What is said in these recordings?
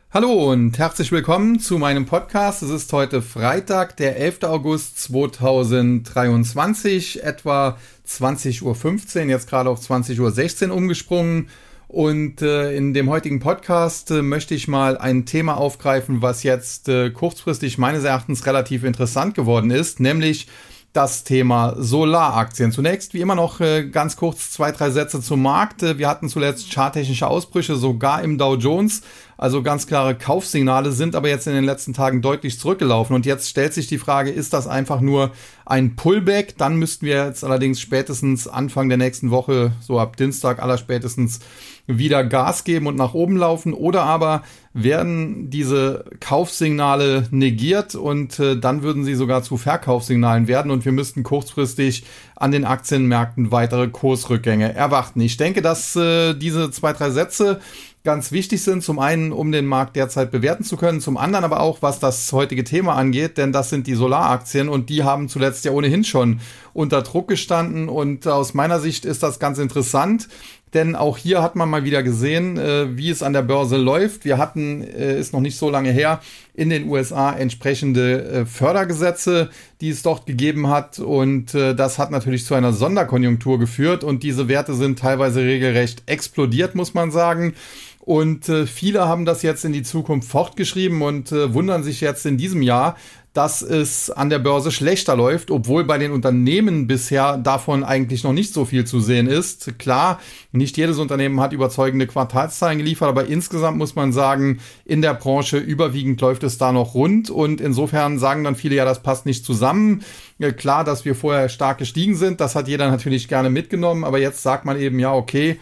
Hallo und herzlich willkommen zu meinem Podcast. Es ist heute Freitag, der 11. August 2023, etwa 20.15 Uhr, jetzt gerade auf 20.16 Uhr umgesprungen. Und in dem heutigen Podcast möchte ich mal ein Thema aufgreifen, was jetzt kurzfristig meines Erachtens relativ interessant geworden ist, nämlich das Thema Solaraktien. Zunächst wie immer noch ganz kurz 2-3 Sätze zum Markt. Wir hatten zuletzt charttechnische Ausbrüche, sogar im Dow Jones. Also ganz klare Kaufsignale, sind aber jetzt in den letzten Tagen deutlich zurückgelaufen. Und jetzt stellt sich die Frage, ist das einfach nur ein Pullback? Dann müssten wir jetzt allerdings spätestens Anfang der nächsten Woche, so ab Dienstag allerspätestens, wieder Gas geben und nach oben laufen. Oder aber werden diese Kaufsignale negiert und dann würden sie sogar zu Verkaufssignalen werden und wir müssten kurzfristig an den Aktienmärkten weitere Kursrückgänge erwarten. Ich denke, dass diese 2-3 Sätze ganz wichtig sind, zum einen, um den Markt derzeit bewerten zu können, zum anderen aber auch, was das heutige Thema angeht, denn das sind die Solaraktien und die haben zuletzt ja ohnehin schon unter Druck gestanden und aus meiner Sicht ist das ganz interessant, denn auch hier hat man mal wieder gesehen, wie es an der Börse läuft. Wir hatten, ist noch nicht so lange her, in den USA entsprechende Fördergesetze, die es dort gegeben hat und das hat natürlich zu einer Sonderkonjunktur geführt und diese Werte sind teilweise regelrecht explodiert, muss man sagen. Und viele haben das jetzt in die Zukunft fortgeschrieben und wundern sich jetzt in diesem Jahr, dass es an der Börse schlechter läuft, obwohl bei den Unternehmen bisher davon eigentlich noch nicht so viel zu sehen ist. Klar, nicht jedes Unternehmen hat überzeugende Quartalszahlen geliefert, aber insgesamt muss man sagen, in der Branche überwiegend läuft es da noch rund und insofern sagen dann viele, ja, das passt nicht zusammen. Ja, klar, dass wir vorher stark gestiegen sind, das hat jeder natürlich gerne mitgenommen, aber jetzt sagt man eben, ja, okay,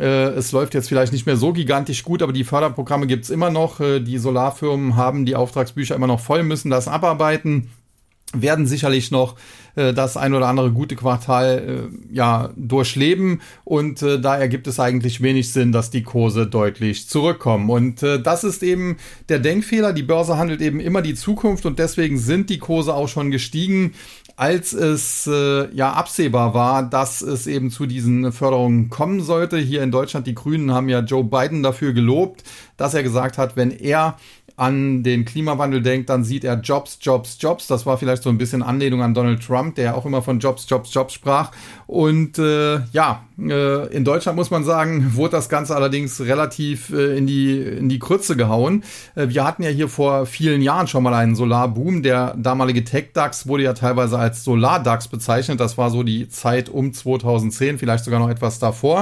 es läuft jetzt vielleicht nicht mehr so gigantisch gut, aber die Förderprogramme gibt's immer noch. Die Solarfirmen haben die Auftragsbücher immer noch voll, müssen das abarbeiten, werden sicherlich noch das ein oder andere gute Quartal durchleben und da ergibt es eigentlich wenig Sinn, dass die Kurse deutlich zurückkommen. Und das ist eben der Denkfehler. Die Börse handelt eben immer die Zukunft und deswegen sind die Kurse auch schon gestiegen, als es absehbar war, dass es eben zu diesen Förderungen kommen sollte. Hier in Deutschland, die Grünen haben ja Joe Biden dafür gelobt, dass er gesagt hat, wenn er an den Klimawandel denkt, dann sieht er Jobs, Jobs, Jobs. Das war vielleicht so ein bisschen Anlehnung an Donald Trump, der auch immer von Jobs, Jobs, Jobs sprach. Und in Deutschland muss man sagen, wurde das Ganze allerdings relativ in die Krütze gehauen. Wir hatten ja hier vor vielen Jahren schon mal einen Solarboom. Der damalige Tech-DAX wurde ja teilweise als Solar-DAX bezeichnet. Das war so die Zeit um 2010, vielleicht sogar noch etwas davor.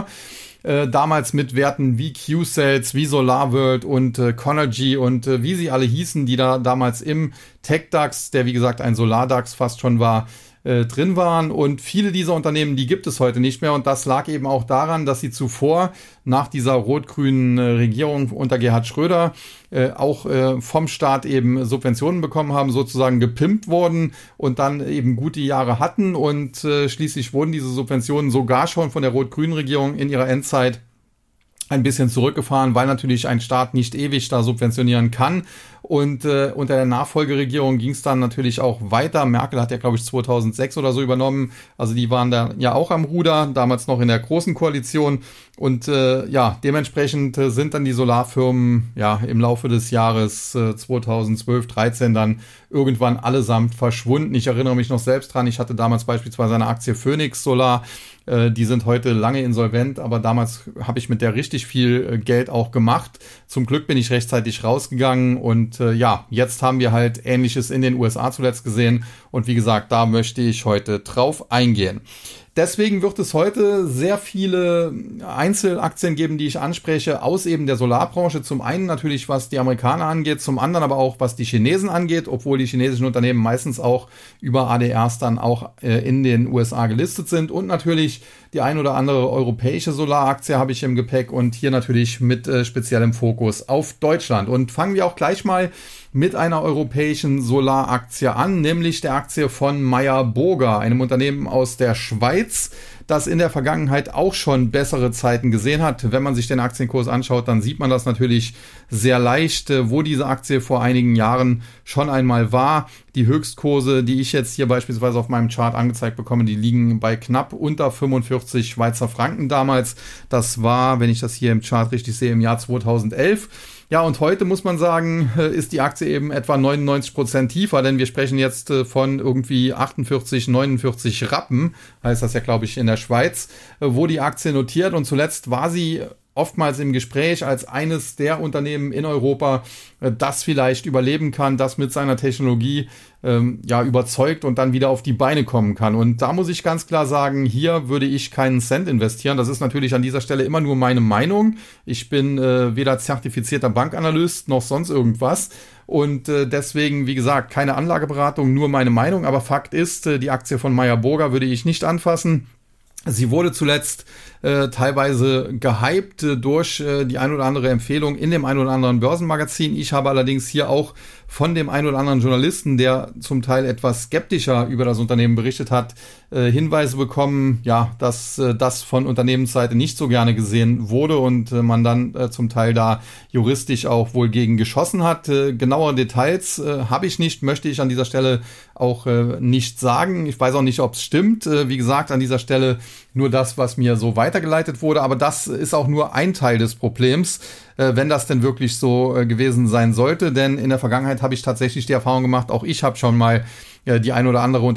Damals mit Werten wie Qcells, wie SolarWorld und Conergy und wie sie alle hießen, die da damals im Tech-DAX, der wie gesagt ein Solar-DAX fast schon war, drin waren. Und viele dieser Unternehmen, die gibt es heute nicht mehr. Und das lag eben auch daran, dass sie zuvor nach dieser rot-grünen Regierung unter Gerhard Schröder auch vom Staat eben Subventionen bekommen haben, sozusagen gepimpt wurden und dann eben gute Jahre hatten. Und schließlich wurden diese Subventionen sogar schon von der rot-grünen Regierung in ihrer Endzeit ein bisschen zurückgefahren, weil natürlich ein Staat nicht ewig da subventionieren kann. Und unter der Nachfolgeregierung ging es dann natürlich auch weiter. Merkel hat ja, glaube ich, 2006 oder so übernommen. Also die waren da ja auch am Ruder, damals noch in der Großen Koalition. Und dementsprechend sind dann die Solarfirmen im Laufe des Jahres 2012, 13 dann irgendwann allesamt verschwunden. Ich erinnere mich noch selbst dran, ich hatte damals beispielsweise eine Aktie Phoenix Solar. Die sind heute lange insolvent, aber damals habe ich mit der richtig viel Geld auch gemacht. Zum Glück bin ich rechtzeitig rausgegangen und jetzt haben wir halt Ähnliches in den USA zuletzt gesehen und wie gesagt, da möchte ich heute drauf eingehen. Deswegen wird es heute sehr viele Einzelaktien geben, die ich anspreche, aus eben der Solarbranche. Zum einen natürlich, was die Amerikaner angeht, zum anderen aber auch, was die Chinesen angeht, obwohl die chinesischen Unternehmen meistens auch über ADRs dann auch in den USA gelistet sind. Und natürlich die ein oder andere europäische Solaraktie habe ich im Gepäck und hier natürlich mit speziellem Fokus auf Deutschland. Und fangen wir auch gleich mal mit einer europäischen Solaraktie an, nämlich der Aktie von Meyer Burger, einem Unternehmen aus der Schweiz, das in der Vergangenheit auch schon bessere Zeiten gesehen hat. Wenn man sich den Aktienkurs anschaut, dann sieht man das natürlich sehr leicht, wo diese Aktie vor einigen Jahren schon einmal war. Die Höchstkurse, die ich jetzt hier beispielsweise auf meinem Chart angezeigt bekomme, die liegen bei knapp unter 45 Schweizer Franken damals. Das war, wenn ich das hier im Chart richtig sehe, im Jahr 2011. Ja, und heute muss man sagen, ist die Aktie eben etwa 99% tiefer, denn wir sprechen jetzt von irgendwie 48, 49 Rappen, heißt das ja, glaube ich, in der Schweiz, wo die Aktie notiert, und zuletzt war sie oftmals im Gespräch als eines der Unternehmen in Europa, das vielleicht überleben kann, das mit seiner Technologie überzeugt und dann wieder auf die Beine kommen kann. Und da muss ich ganz klar sagen, hier würde ich keinen Cent investieren. Das ist natürlich an dieser Stelle immer nur meine Meinung. Ich bin weder zertifizierter Bankanalyst noch sonst irgendwas. Und deswegen, wie gesagt, keine Anlageberatung, nur meine Meinung. Aber Fakt ist, die Aktie von Meyer Burger würde ich nicht anfassen. Sie wurde zuletzt teilweise gehypt durch die ein oder andere Empfehlung in dem ein oder anderen Börsenmagazin. Ich habe allerdings hier auch von dem ein oder anderen Journalisten, der zum Teil etwas skeptischer über das Unternehmen berichtet hat, Hinweise bekommen, ja, dass das von Unternehmensseite nicht so gerne gesehen wurde und man dann zum Teil da juristisch auch wohl gegen geschossen hat. Genauere Details habe ich nicht, möchte ich an dieser Stelle auch nicht sagen. Ich weiß auch nicht, ob es stimmt. Wie gesagt, an dieser Stelle nur das, was mir so weitergeleitet wurde. Aber das ist auch nur ein Teil des Problems, wenn das denn wirklich so gewesen sein sollte. Denn in der Vergangenheit habe ich tatsächlich die Erfahrung gemacht, auch ich habe schon mal die ein oder andere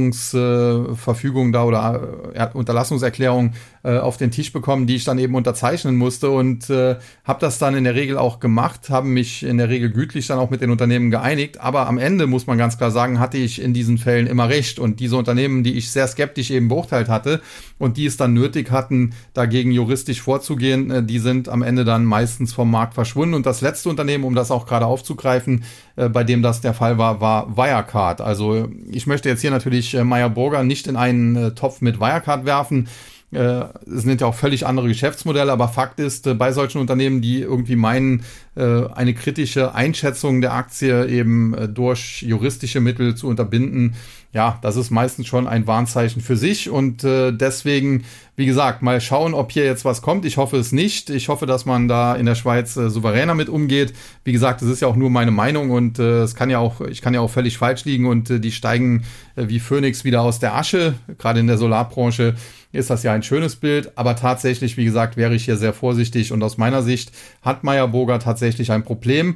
Unterlassungsverfügung da oder Unterlassungserklärung auf den Tisch bekommen, die ich dann eben unterzeichnen musste, und habe das dann in der Regel auch gemacht, habe mich in der Regel gütlich dann auch mit den Unternehmen geeinigt, aber am Ende, muss man ganz klar sagen, hatte ich in diesen Fällen immer recht, und diese Unternehmen, die ich sehr skeptisch eben beurteilt hatte und die es dann nötig hatten, dagegen juristisch vorzugehen, die sind am Ende dann meistens vom Markt verschwunden. Und das letzte Unternehmen, um das auch gerade aufzugreifen, bei dem das der Fall war, war Wirecard. Also ich möchte jetzt hier natürlich Meyer Burger nicht in einen Topf mit Wirecard werfen. Es sind ja auch völlig andere Geschäftsmodelle, aber Fakt ist, bei solchen Unternehmen, die irgendwie meinen, eine kritische Einschätzung der Aktie eben durch juristische Mittel zu unterbinden, ja, das ist meistens schon ein Warnzeichen für sich, und deswegen, wie gesagt, mal schauen, ob hier jetzt was kommt. Ich hoffe es nicht. Ich hoffe, dass man da in der Schweiz souveräner mit umgeht. Wie gesagt, das ist ja auch nur meine Meinung, und ich kann ja auch völlig falsch liegen, und die steigen wie Phönix wieder aus der Asche. Gerade in der Solarbranche ist das ja ein schönes Bild, aber tatsächlich, wie gesagt, wäre ich hier sehr vorsichtig, und aus meiner Sicht hat Meyer Burger tatsächlich ein Problem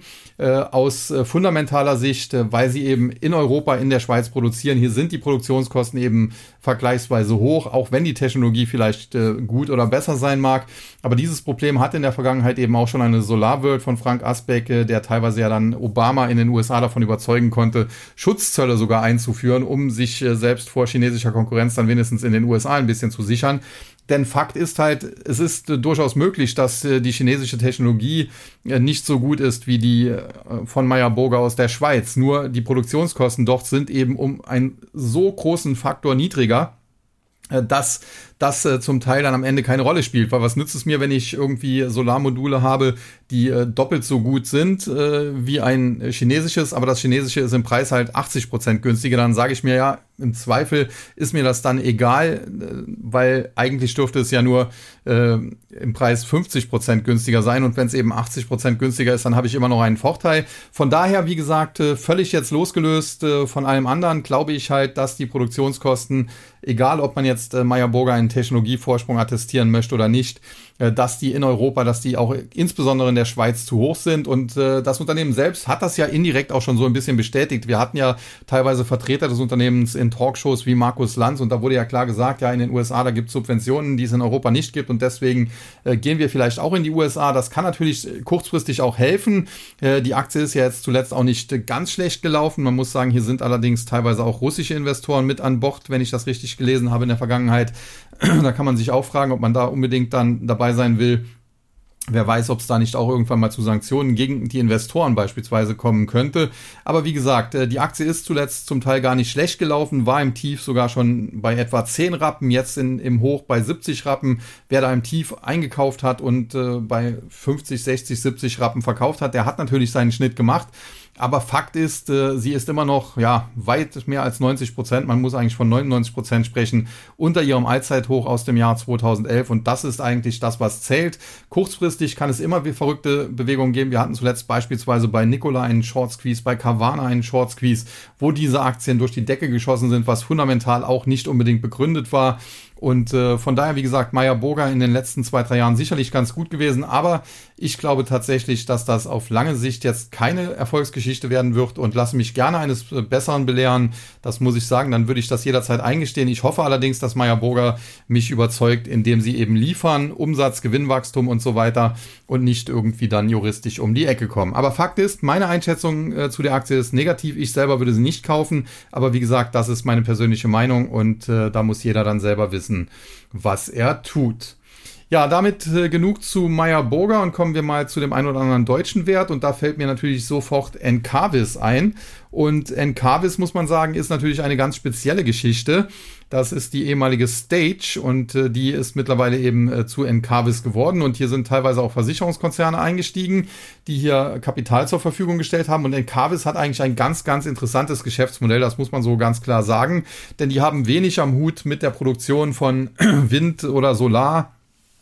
aus fundamentaler Sicht, weil sie eben in Europa, in der Schweiz produzieren. Hier sind die Produktionskosten eben vergleichsweise hoch, auch wenn die Technologie vielleicht gut oder besser sein mag. Aber dieses Problem hat in der Vergangenheit eben auch schon eine SolarWorld von Frank Asbeck, der teilweise ja dann Obama in den USA davon überzeugen konnte, Schutzzölle sogar einzuführen, um sich selbst vor chinesischer Konkurrenz dann wenigstens in den USA ein bisschen zu sichern. Denn Fakt ist halt, es ist durchaus möglich, dass die chinesische Technologie nicht so gut ist wie die von Meyer Burger aus der Schweiz. Nur die Produktionskosten dort sind eben um einen so großen Faktor niedriger, dass das zum Teil dann am Ende keine Rolle spielt. Weil was nützt es mir, wenn ich irgendwie Solarmodule habe, die doppelt so gut sind wie ein chinesisches, aber das chinesische ist im Preis halt 80% günstiger. Dann sage ich mir, ja, im Zweifel ist mir das dann egal, weil eigentlich dürfte es ja nur im Preis 50% günstiger sein, und wenn es eben 80% günstiger ist, dann habe ich immer noch einen Vorteil. Von daher, wie gesagt, völlig jetzt losgelöst von allem anderen, glaube ich halt, dass die Produktionskosten, egal ob man jetzt Meyer Burger einen Technologievorsprung attestieren möchte oder nicht, dass die in Europa, dass die auch insbesondere in der Schweiz zu hoch sind, und das Unternehmen selbst hat das ja indirekt auch schon so ein bisschen bestätigt. Wir hatten ja teilweise Vertreter des Unternehmens in Talkshows wie Markus Lanz, und da wurde ja klar gesagt, ja, in den USA, da gibt es Subventionen, die es in Europa nicht gibt, und deswegen gehen wir vielleicht auch in die USA. Das kann natürlich kurzfristig auch helfen. Die Aktie ist ja jetzt zuletzt auch nicht ganz schlecht gelaufen. Man muss sagen, hier sind allerdings teilweise auch russische Investoren mit an Bord, wenn ich das richtig gelesen habe in der Vergangenheit. Da kann man sich auch fragen, ob man da unbedingt dann dabei sein will. Wer weiß, ob es da nicht auch irgendwann mal zu Sanktionen gegen die Investoren beispielsweise kommen könnte. Aber wie gesagt, die Aktie ist zuletzt zum Teil gar nicht schlecht gelaufen, war im Tief sogar schon bei etwa 10 Rappen, jetzt im Hoch bei 70 Rappen. Wer da im Tief eingekauft hat und bei 50, 60, 70 Rappen verkauft hat, der hat natürlich seinen Schnitt gemacht. Aber Fakt ist, sie ist immer noch weit mehr als 90%, man muss eigentlich von 99% sprechen, unter ihrem Allzeithoch aus dem Jahr 2011, und das ist eigentlich das, was zählt. Kurzfristig kann es immer wie verrückte Bewegungen geben. Wir hatten zuletzt beispielsweise bei Nikola einen Short Squeeze, bei Carvana einen Short Squeeze, wo diese Aktien durch die Decke geschossen sind, was fundamental auch nicht unbedingt begründet war. Und von daher, wie gesagt, Meyer Burger in den letzten 2-3 Jahren sicherlich ganz gut gewesen. Aber ich glaube tatsächlich, dass das auf lange Sicht jetzt keine Erfolgsgeschichte werden wird und lasse mich gerne eines Besseren belehren. Das muss ich sagen, dann würde ich das jederzeit eingestehen. Ich hoffe allerdings, dass Meyer Burger mich überzeugt, indem sie eben liefern, Umsatz, Gewinnwachstum und so weiter und nicht irgendwie dann juristisch um die Ecke kommen. Aber Fakt ist, meine Einschätzung zu der Aktie ist negativ. Ich selber würde sie nicht kaufen. Aber wie gesagt, das ist meine persönliche Meinung und da muss jeder dann selber wissen, was er tut. Ja, damit genug zu Meyer Burger und kommen wir mal zu dem einen oder anderen deutschen Wert und da fällt mir natürlich sofort Encavis ein und Encavis, muss man sagen, ist natürlich eine ganz spezielle Geschichte. Das ist die ehemalige Stage und die ist mittlerweile eben zu Encavis geworden und hier sind teilweise auch Versicherungskonzerne eingestiegen, die hier Kapital zur Verfügung gestellt haben und Encavis hat eigentlich ein ganz, ganz interessantes Geschäftsmodell, das muss man so ganz klar sagen, denn die haben wenig am Hut mit der Produktion von Wind oder Solar,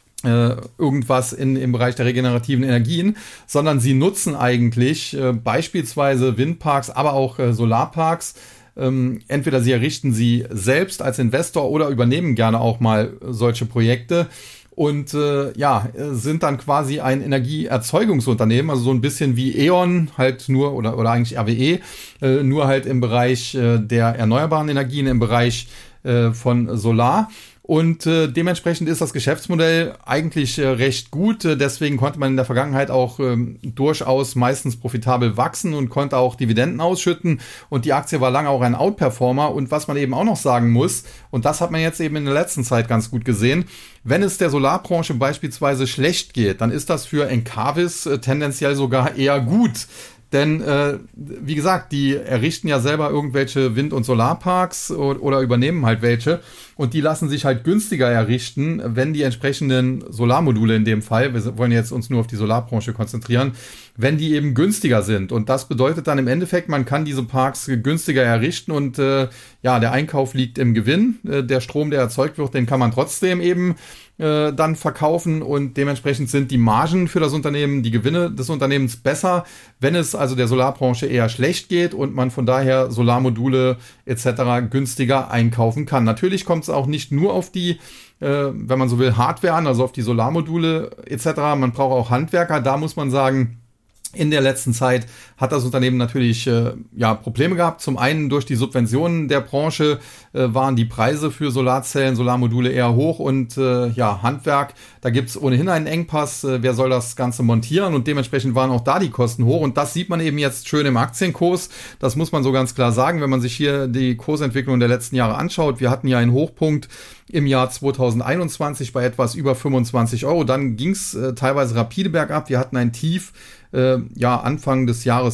irgendwas im Bereich der regenerativen Energien, sondern sie nutzen eigentlich beispielsweise Windparks, aber auch Solarparks. Entweder sie errichten sie selbst als Investor oder übernehmen gerne auch mal solche Projekte und sind dann quasi ein Energieerzeugungsunternehmen, also so ein bisschen wie E.ON, halt nur oder eigentlich RWE, nur halt im Bereich der erneuerbaren Energien, im Bereich von Solar. Und dementsprechend ist das Geschäftsmodell eigentlich recht gut. Deswegen konnte man in der Vergangenheit auch durchaus meistens profitabel wachsen und konnte auch Dividenden ausschütten. Und die Aktie war lange auch ein Outperformer. Und was man eben auch noch sagen muss, und das hat man jetzt eben in der letzten Zeit ganz gut gesehen, wenn es der Solarbranche beispielsweise schlecht geht, dann ist das für Encavis tendenziell sogar eher gut. Denn, wie gesagt, die errichten ja selber irgendwelche Wind- und Solarparks oder übernehmen halt welche. Und die lassen sich halt günstiger errichten, wenn die entsprechenden Solarmodule in dem Fall, wir wollen jetzt uns nur auf die Solarbranche konzentrieren, wenn die eben günstiger sind. Und das bedeutet dann im Endeffekt, man kann diese Parks günstiger errichten und der Einkauf liegt im Gewinn. Der Strom, der erzeugt wird, den kann man trotzdem eben dann verkaufen und dementsprechend sind die Margen für das Unternehmen, die Gewinne des Unternehmens besser, wenn es also der Solarbranche eher schlecht geht und man von daher Solarmodule etc. günstiger einkaufen kann. Natürlich kommt es auch nicht nur auf die, wenn man so will, Hardware an, also auf die Solarmodule etc. Man braucht auch Handwerker, da muss man sagen, in der letzten Zeit hat das Unternehmen natürlich Probleme gehabt. Zum einen durch die Subventionen der Branche waren die Preise für Solarzellen, Solarmodule eher hoch und Handwerk, da gibt's ohnehin einen Engpass. Wer soll das Ganze montieren? Und dementsprechend waren auch da die Kosten hoch und das sieht man eben jetzt schön im Aktienkurs. Das muss man so ganz klar sagen, wenn man sich hier die Kursentwicklung der letzten Jahre anschaut. Wir hatten ja einen Hochpunkt im Jahr 2021 bei etwas über 25 Euro. Dann ging's teilweise rapide bergab. Wir hatten ein Tief Anfang des Jahres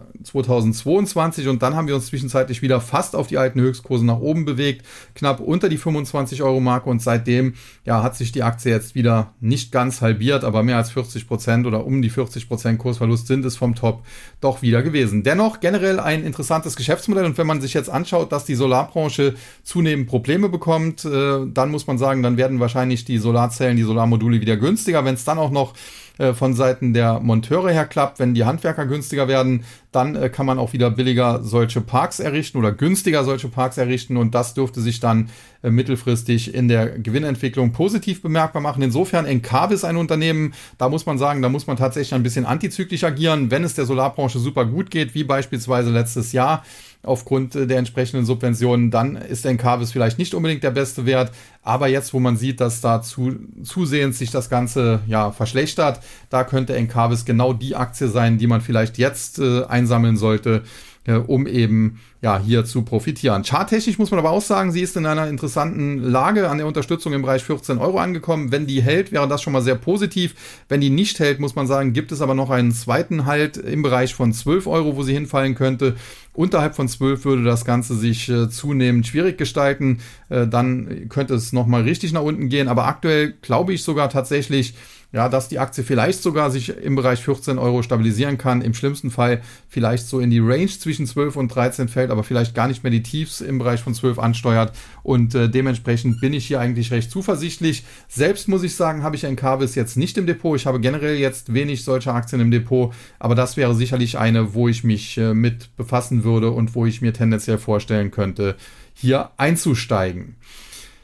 2022 und dann haben wir uns zwischenzeitlich wieder fast auf die alten Höchstkurse nach oben bewegt, knapp unter die 25-Euro-Marke und seitdem hat sich die Aktie jetzt wieder nicht ganz halbiert, aber mehr als 40% oder um die 40% Kursverlust sind es vom Top doch wieder gewesen. Dennoch generell ein interessantes Geschäftsmodell und wenn man sich jetzt anschaut, dass die Solarbranche zunehmend Probleme bekommt, dann muss man sagen, dann werden wahrscheinlich die Solarzellen, die Solarmodule wieder günstiger. Wenn es dann auch noch von Seiten der Monteure her klappt, wenn die Handwerker günstiger werden, dann kann man auch wieder billiger solche Parks errichten oder günstiger solche Parks errichten und das dürfte sich dann mittelfristig in der Gewinnentwicklung positiv bemerkbar machen. Insofern Encavis ein Unternehmen, da muss man sagen, da muss man tatsächlich ein bisschen antizyklisch agieren, wenn es der Solarbranche super gut geht, wie beispielsweise letztes Jahr, aufgrund der entsprechenden Subventionen, dann ist Encavis vielleicht nicht unbedingt der beste Wert. Aber jetzt, wo man sieht, dass da zusehends sich das Ganze verschlechtert, da könnte Encavis genau die Aktie sein, die man vielleicht jetzt einsammeln sollte, um eben hier zu profitieren. Charttechnisch muss man aber auch sagen, sie ist in einer interessanten Lage an der Unterstützung im Bereich 14 Euro angekommen. Wenn die hält, wäre das schon mal sehr positiv. Wenn die nicht hält, muss man sagen, gibt es aber noch einen zweiten Halt im Bereich von 12 Euro, wo sie hinfallen könnte. Unterhalb von 12 würde das Ganze sich zunehmend schwierig gestalten. Dann könnte es nochmal richtig nach unten gehen. Aber aktuell glaube ich sogar tatsächlich, dass die Aktie vielleicht sogar sich im Bereich 14 Euro stabilisieren kann. Im schlimmsten Fall vielleicht so in die Range zwischen 12 und 13 fällt, aber vielleicht gar nicht mehr die Tiefs im Bereich von 12 ansteuert. Und dementsprechend bin ich hier eigentlich recht zuversichtlich. Selbst muss ich sagen, habe ich Encavis jetzt nicht im Depot. Ich habe generell jetzt wenig solcher Aktien im Depot, aber das wäre sicherlich eine, wo ich mich mit befassen würde und wo ich mir tendenziell vorstellen könnte, hier einzusteigen.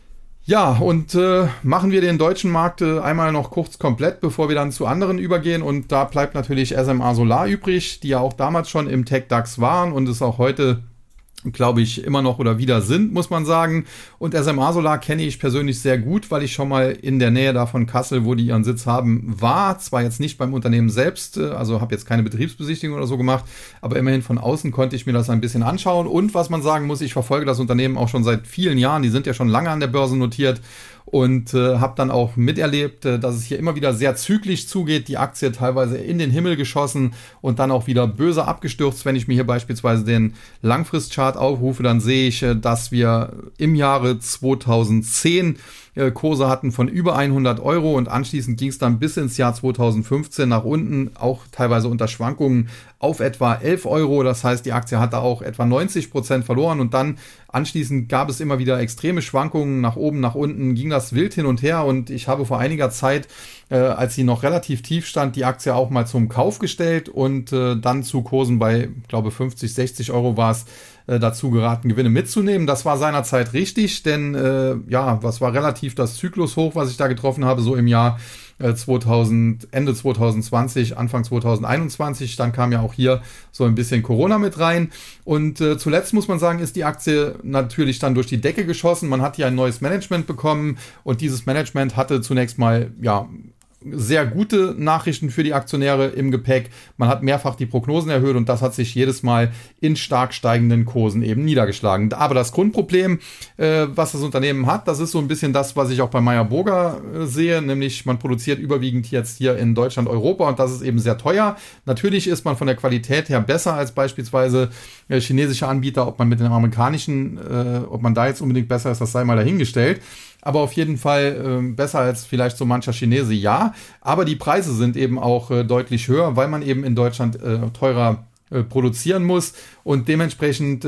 Ja, und machen wir den deutschen Markt einmal noch kurz komplett, bevor wir dann zu anderen übergehen. Und da bleibt natürlich SMA Solar übrig, die ja auch damals schon im TecDAX waren und es auch heute, glaube ich, immer noch oder wieder sind, muss man sagen. Und SMA Solar kenne ich persönlich sehr gut, weil ich schon mal in der Nähe da von Kassel, wo die ihren Sitz haben, war. Zwar jetzt nicht beim Unternehmen selbst, also habe jetzt keine Betriebsbesichtigung oder so gemacht, aber immerhin von außen konnte ich mir das ein bisschen anschauen. Und was man sagen muss, ich verfolge das Unternehmen auch schon seit vielen Jahren. Die sind ja schon lange an der Börse notiert. Und habe dann auch miterlebt, dass es hier immer wieder sehr zyklisch zugeht. Die Aktie teilweise in den Himmel geschossen und dann auch wieder böse abgestürzt. Wenn ich mir hier beispielsweise den Langfristchart aufrufe, dann sehe ich, dass wir im Jahre 2010 Kurse hatten von über 100 Euro und anschließend ging es dann bis ins Jahr 2015 nach unten, auch teilweise unter Schwankungen auf etwa 11 Euro. Das heißt, die Aktie hatte auch etwa 90% verloren und dann anschließend gab es immer wieder extreme Schwankungen nach oben, nach unten, ging das wild hin und her und ich habe vor einiger Zeit, als sie noch relativ tief stand, die Aktie auch mal zum Kauf gestellt und dann zu Kursen bei, glaube 50, 60 Euro war es, dazu geraten, Gewinne mitzunehmen. Das war seinerzeit richtig, denn was war relativ das Zyklushoch, was ich da getroffen habe, so im Jahr Ende 2020, Anfang 2021. Dann kam ja auch hier so ein bisschen Corona mit rein. Und zuletzt muss man sagen, ist die Aktie natürlich dann durch die Decke geschossen. Man hat hier ein neues Management bekommen und dieses Management hatte zunächst mal, sehr gute Nachrichten für die Aktionäre im Gepäck. Man hat mehrfach die Prognosen erhöht und das hat sich jedes Mal in stark steigenden Kursen eben niedergeschlagen. Aber das Grundproblem, was das Unternehmen hat, das ist so ein bisschen das, was ich auch bei Meyer Burger sehe, nämlich man produziert überwiegend jetzt hier in Deutschland, Europa und das ist eben sehr teuer. Natürlich ist man von der Qualität her besser als beispielsweise chinesische Anbieter, ob man mit den amerikanischen, ob man da jetzt unbedingt besser ist, das sei mal dahingestellt. Aber auf jeden Fall besser als vielleicht so mancher Chinese, ja. Aber die Preise sind eben auch deutlich höher, weil man eben in Deutschland teurer produzieren muss. Und dementsprechend,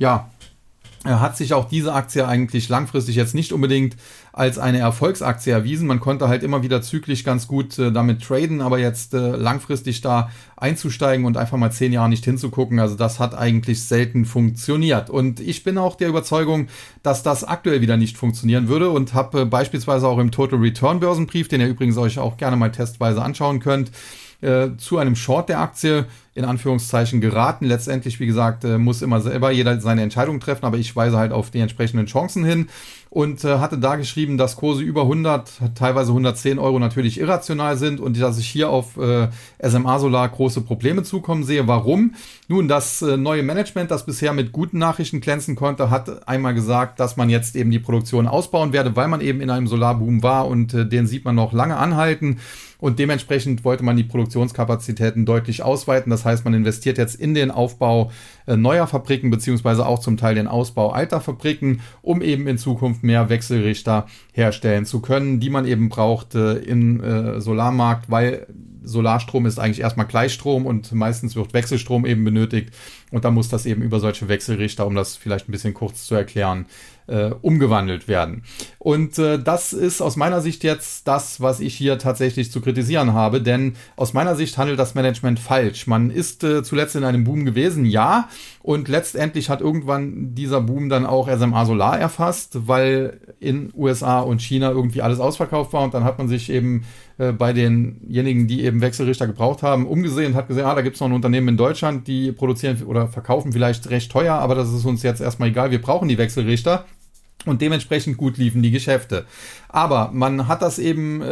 hat sich auch diese Aktie eigentlich langfristig jetzt nicht unbedingt als eine Erfolgsaktie erwiesen. Man konnte halt immer wieder zyklisch ganz gut damit traden, aber jetzt langfristig da einzusteigen und einfach mal 10 Jahre nicht hinzugucken, also das hat eigentlich selten funktioniert. Und ich bin auch der Überzeugung, dass das aktuell wieder nicht funktionieren würde und habe beispielsweise auch im Total Return Börsenbrief, den ihr übrigens euch auch gerne mal testweise anschauen könnt, zu einem Short der Aktie in Anführungszeichen geraten. Letztendlich, wie gesagt, muss immer selber jeder seine Entscheidung treffen, aber ich weise halt auf die entsprechenden Chancen hin und hatte da geschrieben, dass Kurse über 100, teilweise 110 Euro natürlich irrational sind und dass ich hier auf SMA Solar große Probleme zukommen sehe. Warum? Nun, das neue Management, das bisher mit guten Nachrichten glänzen konnte, hat einmal gesagt, dass man jetzt eben die Produktion ausbauen werde, weil man eben in einem Solarboom war und den sieht man noch lange anhalten. Und dementsprechend wollte man die Produktionskapazitäten deutlich ausweiten. Das heißt, man investiert jetzt in den Aufbau neuer Fabriken beziehungsweise auch zum Teil den Ausbau alter Fabriken, um eben in Zukunft mehr Wechselrichter herstellen zu können, die man eben braucht im Solarmarkt, weil Solarstrom ist eigentlich erstmal Gleichstrom und meistens wird Wechselstrom eben benötigt und da muss das eben über solche Wechselrichter, um das vielleicht ein bisschen kurz zu erklären, umgewandelt werden. Und das ist aus meiner Sicht jetzt das, was ich hier tatsächlich zu kritisieren habe, denn aus meiner Sicht handelt das Management falsch. Man ist zuletzt in einem Boom gewesen, ja, und letztendlich hat irgendwann dieser Boom dann auch SMA Solar erfasst, weil in USA und China irgendwie alles ausverkauft war und dann hat man sich eben bei denjenigen, die eben Wechselrichter gebraucht haben, umgesehen und hat gesehen, da gibt es noch ein Unternehmen in Deutschland, die produzieren oder verkaufen vielleicht recht teuer, aber das ist uns jetzt erstmal egal, wir brauchen die Wechselrichter. Und dementsprechend gut liefen die Geschäfte. Aber man hat das eben,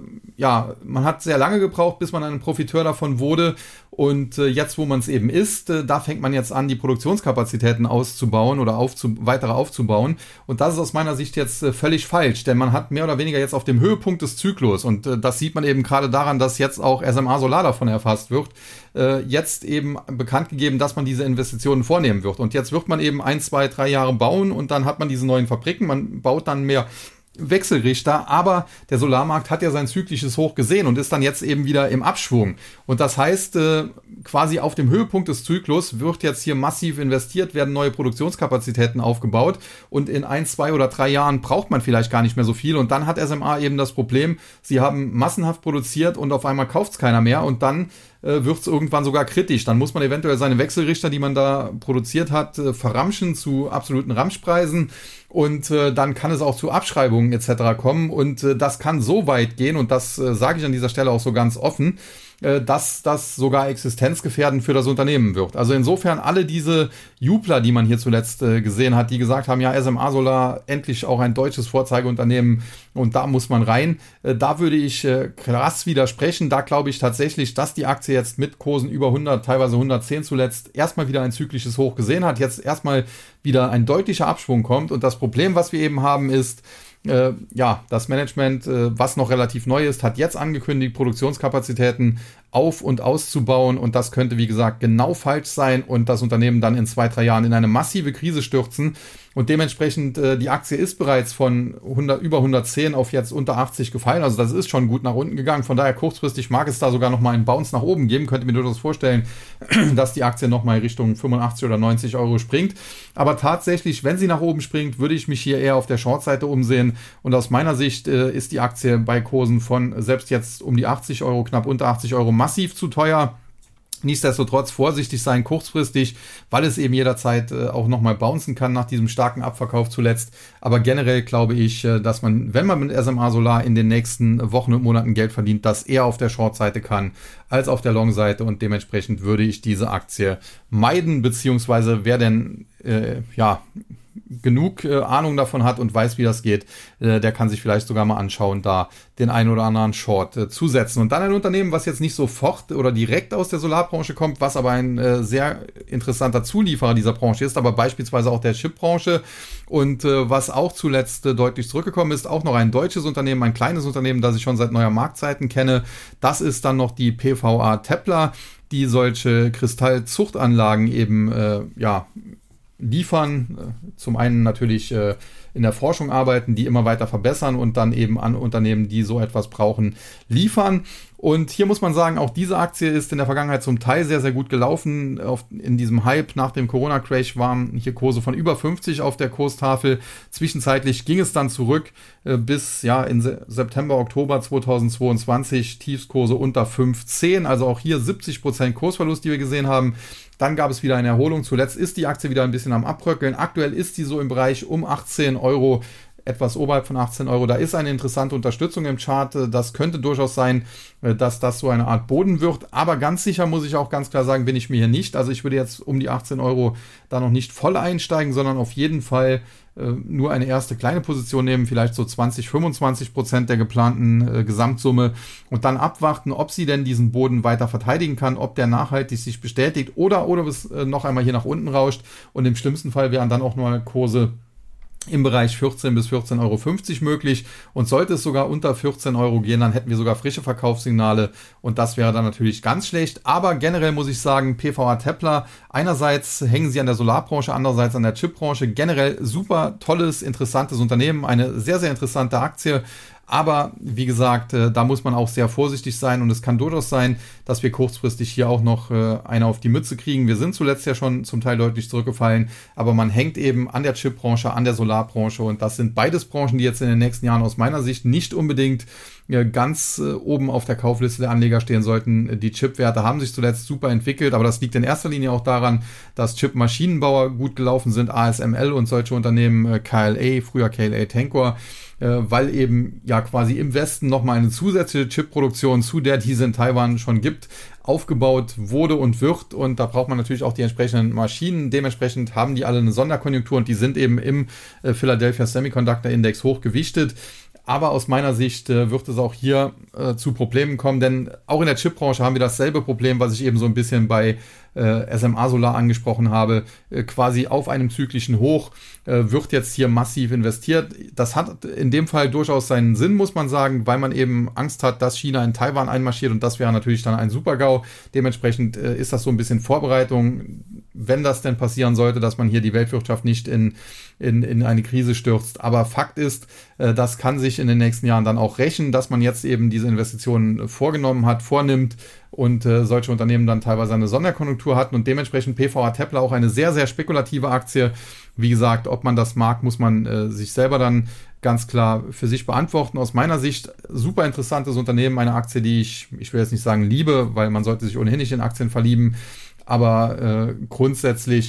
man hat sehr lange gebraucht, bis man ein Profiteur davon wurde. Und jetzt, wo man es eben ist, da fängt man jetzt an, die Produktionskapazitäten auszubauen oder weiter aufzubauen. Und das ist aus meiner Sicht jetzt völlig falsch, denn man hat mehr oder weniger jetzt auf dem Höhepunkt des Zyklus, und das sieht man eben gerade daran, dass jetzt auch SMA Solar davon erfasst wird, jetzt eben bekannt gegeben, dass man diese Investitionen vornehmen wird. Und jetzt wird man eben 1, 2, 3 Jahre bauen und dann hat man diese neuen Fabriken, man baut dann mehr Wechselrichter, aber der Solarmarkt hat ja sein zyklisches Hoch gesehen und ist dann jetzt eben wieder im Abschwung. Und das heißt, quasi auf dem Höhepunkt des Zyklus wird jetzt hier massiv investiert, werden neue Produktionskapazitäten aufgebaut und in 1, 2 oder 3 Jahren braucht man vielleicht gar nicht mehr so viel und dann hat SMA eben das Problem, sie haben massenhaft produziert und auf einmal kauft es keiner mehr und dann wird es irgendwann sogar kritisch. Dann muss man eventuell seine Wechselrichter, die man da produziert hat, verramschen zu absoluten Ramschpreisen. und dann kann es auch zu Abschreibungen etc. kommen und das kann so weit gehen und das sage ich an dieser Stelle auch so ganz offen, dass das sogar existenzgefährdend für das Unternehmen wird. Also insofern alle diese Jubler, die man hier zuletzt gesehen hat, die gesagt haben, ja, SMA Solar, endlich auch ein deutsches Vorzeigeunternehmen und da muss man rein. Da würde ich krass widersprechen. Da glaube ich tatsächlich, dass die Aktie jetzt mit Kursen über 100, teilweise 110 zuletzt, erstmal wieder ein zyklisches Hoch gesehen hat, jetzt erstmal wieder ein deutlicher Abschwung kommt und das Problem, was wir eben haben, ist, das Management, was noch relativ neu ist, hat jetzt angekündigt, Produktionskapazitäten auf- und auszubauen und das könnte, wie gesagt, genau falsch sein und das Unternehmen dann in 2-3 Jahren in eine massive Krise stürzen und dementsprechend die Aktie ist bereits von über 110 auf jetzt unter 80 gefallen, also das ist schon gut nach unten gegangen, von daher kurzfristig mag es da sogar nochmal einen Bounce nach oben geben, könnte mir durchaus vorstellen, dass die Aktie nochmal Richtung 85 oder 90 Euro springt, aber tatsächlich, wenn sie nach oben springt, würde ich mich hier eher auf der Short-Seite umsehen und aus meiner Sicht ist die Aktie bei Kursen von selbst jetzt um die 80 Euro, knapp unter 80 Euro massiv zu teuer. Nichtsdestotrotz vorsichtig sein kurzfristig, weil es eben jederzeit auch nochmal bouncen kann nach diesem starken Abverkauf zuletzt. Aber generell glaube ich, dass man, wenn man mit SMA Solar in den nächsten Wochen und Monaten Geld verdient, das eher auf der Short-Seite kann als auf der Long-Seite und dementsprechend würde ich diese Aktie meiden, beziehungsweise wer denn genug Ahnung davon hat und weiß, wie das geht, der kann sich vielleicht sogar mal anschauen, da den einen oder anderen Short zu setzen. Und dann ein Unternehmen, was jetzt nicht sofort oder direkt aus der Solarbranche kommt, was aber ein sehr interessanter Zulieferer dieser Branche ist, aber beispielsweise auch der Chipbranche und was auch zuletzt deutlich zurückgekommen ist, auch noch ein deutsches Unternehmen, ein kleines Unternehmen, das ich schon seit neuer Marktzeiten kenne. Das ist dann noch die PVA Tepla, die solche Kristallzuchtanlagen eben liefern, zum einen natürlich in der Forschung arbeiten, die immer weiter verbessern und dann eben an Unternehmen, die so etwas brauchen, liefern. Und hier muss man sagen, auch diese Aktie ist in der Vergangenheit zum Teil sehr, sehr gut gelaufen. In diesem Hype nach dem Corona-Crash waren hier Kurse von über 50 auf der Kurstafel. Zwischenzeitlich ging es dann zurück bis in September, Oktober 2022 Tiefskurse unter 15. Also auch hier 70% Kursverlust, die wir gesehen haben. Dann gab es wieder eine Erholung. Zuletzt ist die Aktie wieder ein bisschen am Abbröckeln. Aktuell ist die so im Bereich um 18 Euro, etwas oberhalb von 18 Euro. Da ist eine interessante Unterstützung im Chart. Das könnte durchaus sein, dass das so eine Art Boden wird. Aber ganz sicher muss ich auch ganz klar sagen, bin ich mir hier nicht. Also ich würde jetzt um die 18 Euro da noch nicht voll einsteigen, sondern auf jeden Fall nur eine erste kleine Position nehmen, vielleicht so 20-25% der geplanten Gesamtsumme und dann abwarten, ob sie denn diesen Boden weiter verteidigen kann, ob der nachhaltig sich bestätigt oder es noch einmal hier nach unten rauscht und im schlimmsten Fall wären dann auch nur Kurse im Bereich 14 bis 14,50 Euro möglich und sollte es sogar unter 14 Euro gehen, dann hätten wir sogar frische Verkaufssignale und das wäre dann natürlich ganz schlecht, aber generell muss ich sagen, PVA Tepla, einerseits hängen sie an der Solarbranche, andererseits an der Chipbranche, generell super tolles, interessantes Unternehmen, eine sehr, sehr interessante Aktie. Aber wie gesagt, da muss man auch sehr vorsichtig sein und es kann durchaus sein, dass wir kurzfristig hier auch noch eine auf die Mütze kriegen. Wir sind zuletzt ja schon zum Teil deutlich zurückgefallen, aber man hängt eben an der Chipbranche, an der Solarbranche und das sind beides Branchen, die jetzt in den nächsten Jahren aus meiner Sicht nicht unbedingt ganz oben auf der Kaufliste der Anleger stehen sollten. Die Chipwerte haben sich zuletzt super entwickelt, aber das liegt in erster Linie auch daran, dass Chipmaschinenbauer gut gelaufen sind, ASML und solche Unternehmen, KLA, früher KLA Tencor, weil eben quasi im Westen nochmal eine zusätzliche Chipproduktion, zu der diese in Taiwan schon gibt, aufgebaut wurde und wird und da braucht man natürlich auch die entsprechenden Maschinen. Dementsprechend haben die alle eine Sonderkonjunktur und die sind eben im Philadelphia Semiconductor Index hochgewichtet. Aber aus meiner Sicht wird es auch hier zu Problemen kommen, denn auch in der Chipbranche haben wir dasselbe Problem, was ich eben so ein bisschen bei SMA Solar angesprochen habe, quasi auf einem zyklischen Hoch wird jetzt hier massiv investiert. Das hat in dem Fall durchaus seinen Sinn, muss man sagen, weil man eben Angst hat, dass China in Taiwan einmarschiert und das wäre natürlich dann ein Super-GAU. Dementsprechend ist das so ein bisschen Vorbereitung, wenn das denn passieren sollte, dass man hier die Weltwirtschaft nicht in eine Krise stürzt. Aber Fakt ist, das kann sich in den nächsten Jahren dann auch rächen, dass man jetzt eben diese Investitionen vornimmt und solche Unternehmen dann teilweise eine Sonderkonjunktur hatten und dementsprechend PVA Tepla auch eine sehr, sehr spekulative Aktie. Wie gesagt, ob man das mag, muss man sich selber dann ganz klar für sich beantworten. Aus meiner Sicht super interessantes Unternehmen, eine Aktie, die ich will jetzt nicht sagen liebe, weil man sollte sich ohnehin nicht in Aktien verlieben, aber grundsätzlich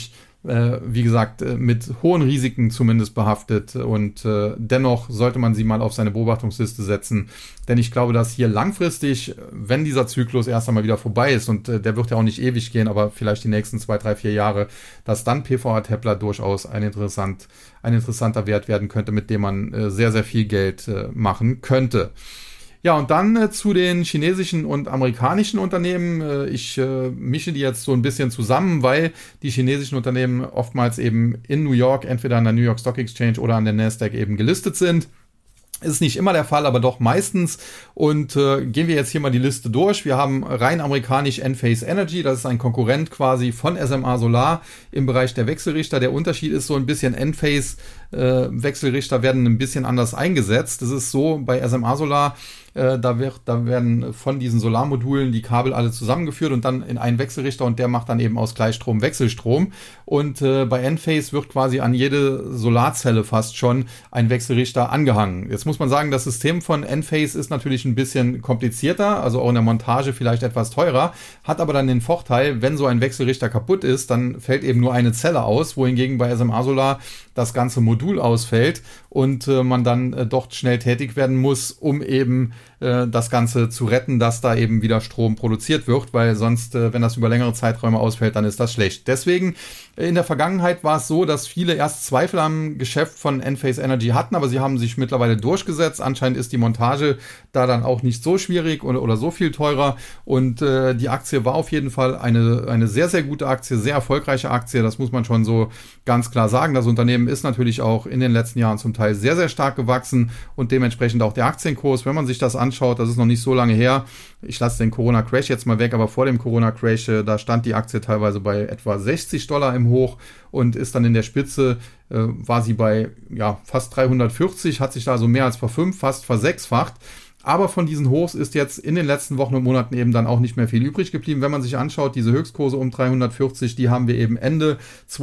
wie gesagt, mit hohen Risiken zumindest behaftet und dennoch sollte man sie mal auf seine Beobachtungsliste setzen, denn ich glaube, dass hier langfristig, wenn dieser Zyklus erst einmal wieder vorbei ist und der wird ja auch nicht ewig gehen, aber vielleicht die nächsten 2, 3, 4 Jahre, dass dann PVA Templer durchaus ein interessanter Wert werden könnte, mit dem man sehr, sehr viel Geld machen könnte. Ja, und dann zu den chinesischen und amerikanischen Unternehmen. Ich mische die jetzt so ein bisschen zusammen, weil die chinesischen Unternehmen oftmals eben in New York, entweder an der New York Stock Exchange oder an der Nasdaq eben gelistet sind. Ist nicht immer der Fall, aber doch meistens. Und gehen wir jetzt hier mal die Liste durch. Wir haben rein amerikanisch Enphase Energy. Das ist ein Konkurrent quasi von SMA Solar im Bereich der Wechselrichter. Der Unterschied ist so ein bisschen, Enphase Wechselrichter werden ein bisschen anders eingesetzt. Das ist so bei SMA Solar, da werden von diesen Solarmodulen die Kabel alle zusammengeführt und dann in einen Wechselrichter und der macht dann eben aus Gleichstrom Wechselstrom. Und bei Enphase wird quasi an jede Solarzelle fast schon ein Wechselrichter angehangen. Jetzt muss man sagen, das System von Enphase ist natürlich ein bisschen komplizierter, also auch in der Montage vielleicht etwas teurer, hat aber dann den Vorteil, wenn so ein Wechselrichter kaputt ist, dann fällt eben nur eine Zelle aus, wohingegen bei SMA Solar das ganze Modul ausfällt und man dann dort schnell tätig werden muss, um eben das Ganze zu retten, dass da eben wieder Strom produziert wird, weil sonst, wenn das über längere Zeiträume ausfällt, dann ist das schlecht. Deswegen, in der Vergangenheit war es so, dass viele erst Zweifel am Geschäft von Enphase Energy hatten, aber sie haben sich mittlerweile durchgesetzt. Anscheinend ist die Montage da dann auch nicht so schwierig oder so viel teurer und die Aktie war auf jeden Fall eine sehr, sehr gute Aktie, sehr erfolgreiche Aktie, das muss man schon so ganz klar sagen. Das Unternehmen ist natürlich auch in den letzten Jahren zum Teil sehr, sehr stark gewachsen und dementsprechend auch der Aktienkurs, wenn man sich das anschaut, das ist noch nicht so lange her. Ich lasse den Corona-Crash jetzt mal weg, aber vor dem Corona-Crash, da stand die Aktie teilweise bei etwa $60 im Hoch und ist dann in der Spitze, war sie bei fast 340, hat sich da also mehr als fast versechsfacht. Aber von diesen Hochs ist jetzt in den letzten Wochen und Monaten eben dann auch nicht mehr viel übrig geblieben. Wenn man sich anschaut, diese Höchstkurse um 340, die haben wir eben Ende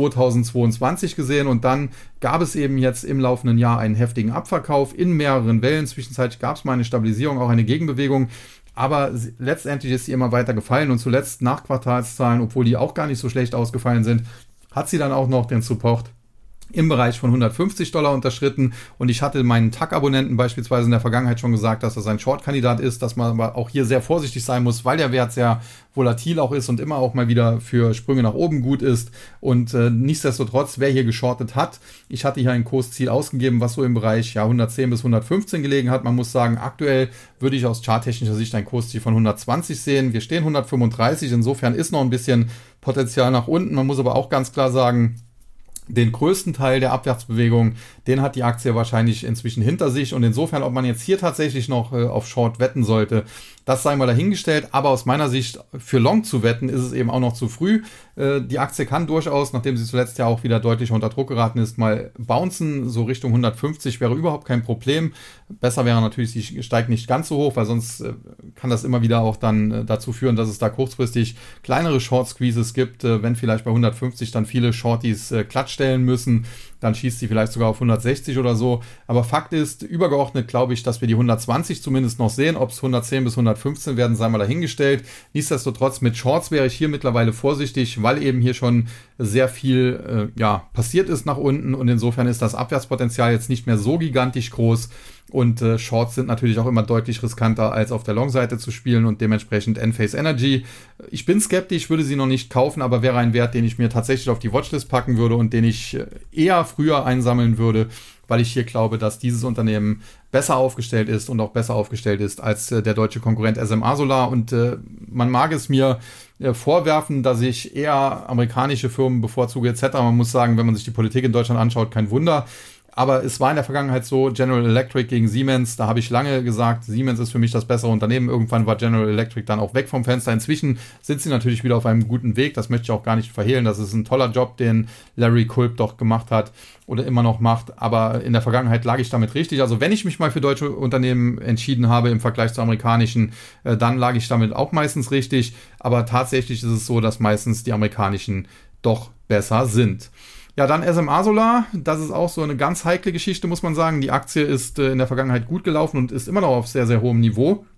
2022 gesehen und dann gab es eben jetzt im laufenden Jahr einen heftigen Abverkauf in mehreren Wellen. Zwischenzeitlich gab es mal eine Stabilisierung, auch eine Gegenbewegung. Aber letztendlich ist sie immer weiter gefallen und zuletzt nach Quartalszahlen, obwohl die auch gar nicht so schlecht ausgefallen sind, hat sie dann auch noch den Support im Bereich von $150 unterschritten und ich hatte meinen TAC-Abonnenten beispielsweise in der Vergangenheit schon gesagt, dass das ein Short-Kandidat ist, dass man aber auch hier sehr vorsichtig sein muss, weil der Wert sehr volatil auch ist und immer auch mal wieder für Sprünge nach oben gut ist und nichtsdestotrotz, wer hier geschortet hat, ich hatte hier ein Kursziel ausgegeben, was so im Bereich 110 bis 115 gelegen hat. Man muss sagen, aktuell würde ich aus charttechnischer Sicht ein Kursziel von 120 sehen. Wir stehen 135, insofern ist noch ein bisschen Potenzial nach unten. Man muss aber auch ganz klar sagen, den größten Teil der Abwärtsbewegung, den hat die Aktie wahrscheinlich inzwischen hinter sich und insofern, ob man jetzt hier tatsächlich noch auf Short wetten sollte, das sei mal dahingestellt, aber aus meiner Sicht für Long zu wetten ist es eben auch noch zu früh. Die Aktie kann durchaus, nachdem sie zuletzt ja auch wieder deutlich unter Druck geraten ist, mal bouncen, so Richtung 150 wäre überhaupt kein Problem. Besser wäre natürlich, sie steigt nicht ganz so hoch, weil sonst kann das immer wieder auch dann dazu führen, dass es da kurzfristig kleinere Short-Squeezes gibt, wenn vielleicht bei 150 dann viele Shorties glatt stellen müssen, dann schießt sie vielleicht sogar auf 160 oder so. Aber Fakt ist, übergeordnet glaube ich, dass wir die 120 zumindest noch sehen. Ob es 110 bis 115 werden, sei mal dahingestellt. Nichtsdestotrotz, mit Shorts wäre ich hier mittlerweile vorsichtig, weil eben hier schon sehr viel passiert ist nach unten. Und insofern ist das Abwärtspotenzial jetzt nicht mehr so gigantisch groß. Und Shorts sind natürlich auch immer deutlich riskanter, als auf der Long-Seite zu spielen und dementsprechend Enphase Energy. Ich bin skeptisch, würde sie noch nicht kaufen, aber wäre ein Wert, den ich mir tatsächlich auf die Watchlist packen würde und den ich eher früher einsammeln würde, weil ich hier glaube, dass dieses Unternehmen besser aufgestellt ist und auch besser aufgestellt ist als der deutsche Konkurrent SMA Solar. Und man mag es mir vorwerfen, dass ich eher amerikanische Firmen bevorzuge etc. Man muss sagen, wenn man sich die Politik in Deutschland anschaut, kein Wunder. Aber es war in der Vergangenheit so, General Electric gegen Siemens, da habe ich lange gesagt, Siemens ist für mich das bessere Unternehmen. Irgendwann war General Electric dann auch weg vom Fenster. Inzwischen sind sie natürlich wieder auf einem guten Weg. Das möchte ich auch gar nicht verhehlen. Das ist ein toller Job, den Larry Culp doch gemacht hat oder immer noch macht. Aber in der Vergangenheit lag ich damit richtig. Also wenn ich mich mal für deutsche Unternehmen entschieden habe im Vergleich zu amerikanischen, dann lag ich damit auch meistens richtig. Aber tatsächlich ist es so, dass meistens die amerikanischen doch besser sind. Ja, dann SMA Solar, das ist auch so eine ganz heikle Geschichte, muss man sagen. Die Aktie ist in der Vergangenheit gut gelaufen und ist immer noch auf sehr, sehr hohem Niveau.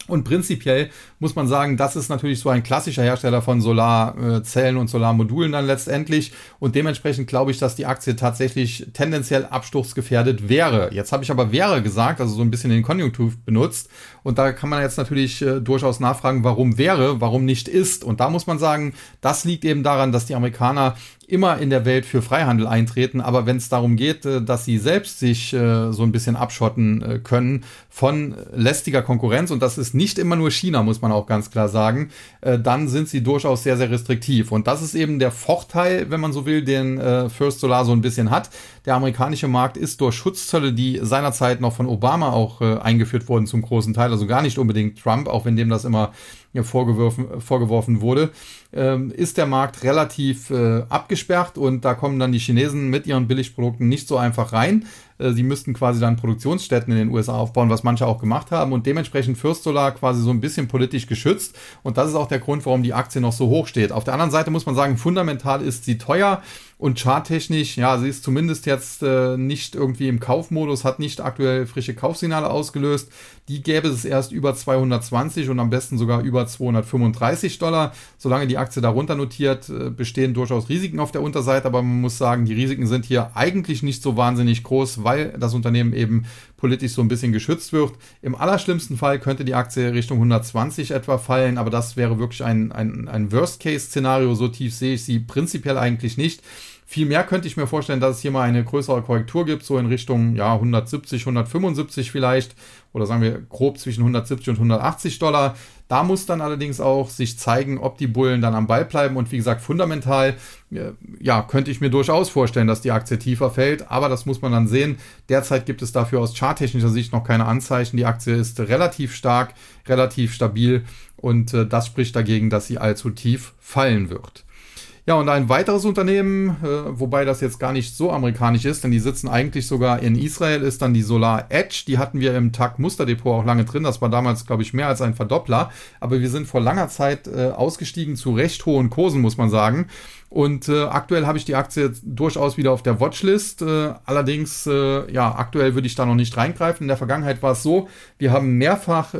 Und prinzipiell muss man sagen, das ist natürlich so ein klassischer Hersteller von Solarzellen und Solarmodulen dann letztendlich. Und dementsprechend glaube ich, dass die Aktie tatsächlich tendenziell absturzgefährdet wäre. Jetzt habe ich aber wäre gesagt, also so ein bisschen den Konjunktiv benutzt. Und da kann man jetzt natürlich durchaus nachfragen, warum wäre, warum nicht ist. Und da muss man sagen, das liegt eben daran, dass die Amerikaner immer in der Welt für Freihandel eintreten, aber wenn es darum geht, dass sie selbst sich so ein bisschen abschotten können von lästiger Konkurrenz, und das ist nicht immer nur China, muss man auch ganz klar sagen, dann sind sie durchaus sehr, sehr restriktiv. Und das ist eben der Vorteil, wenn man so will, den First Solar so ein bisschen hat. Der amerikanische Markt ist durch Schutzzölle, die seinerzeit noch von Obama auch eingeführt wurden zum großen Teil, also gar nicht unbedingt Trump, auch wenn dem das immer vorgeworfen wurde, ist der Markt relativ abgesperrt und da kommen dann die Chinesen mit ihren Billigprodukten nicht so einfach rein. Sie müssten quasi dann Produktionsstätten in den USA aufbauen, was manche auch gemacht haben und dementsprechend First Solar quasi so ein bisschen politisch geschützt und das ist auch der Grund, warum die Aktie noch so hoch steht. Auf der anderen Seite muss man sagen, fundamental ist sie teuer und charttechnisch, ja, sie ist zumindest jetzt nicht irgendwie im Kaufmodus, hat nicht aktuell frische Kaufsignale ausgelöst. Die gäbe es erst über 220 und am besten sogar über $235. Solange die Aktie darunter notiert, bestehen durchaus Risiken auf der Unterseite, aber man muss sagen, die Risiken sind hier eigentlich nicht so wahnsinnig groß, weil das Unternehmen eben politisch so ein bisschen geschützt wird. Im allerschlimmsten Fall könnte die Aktie Richtung 120 etwa fallen, aber das wäre wirklich ein Worst-Case-Szenario. So tief sehe ich sie prinzipiell eigentlich nicht. Viel mehr könnte ich mir vorstellen, dass es hier mal eine größere Korrektur gibt, so in Richtung 170, 175 vielleicht oder sagen wir grob zwischen 170 und $180. Da muss dann allerdings auch sich zeigen, ob die Bullen dann am Ball bleiben und wie gesagt fundamental, könnte ich mir durchaus vorstellen, dass die Aktie tiefer fällt, aber das muss man dann sehen. Derzeit gibt es dafür aus charttechnischer Sicht noch keine Anzeichen. Die Aktie ist relativ stark, relativ stabil und das spricht dagegen, dass sie allzu tief fallen wird. Ja, und ein weiteres Unternehmen, wobei das jetzt gar nicht so amerikanisch ist, denn die sitzen eigentlich sogar in Israel, ist dann die Solar Edge. Die hatten wir im TAG Musterdepot auch lange drin. Das war damals, glaube ich, mehr als ein Verdoppler. Aber wir sind vor langer Zeit ausgestiegen zu recht hohen Kursen, muss man sagen. Und aktuell habe ich die Aktie durchaus wieder auf der Watchlist. Allerdings, aktuell würde ich da noch nicht reingreifen. In der Vergangenheit war es so, wir haben mehrfach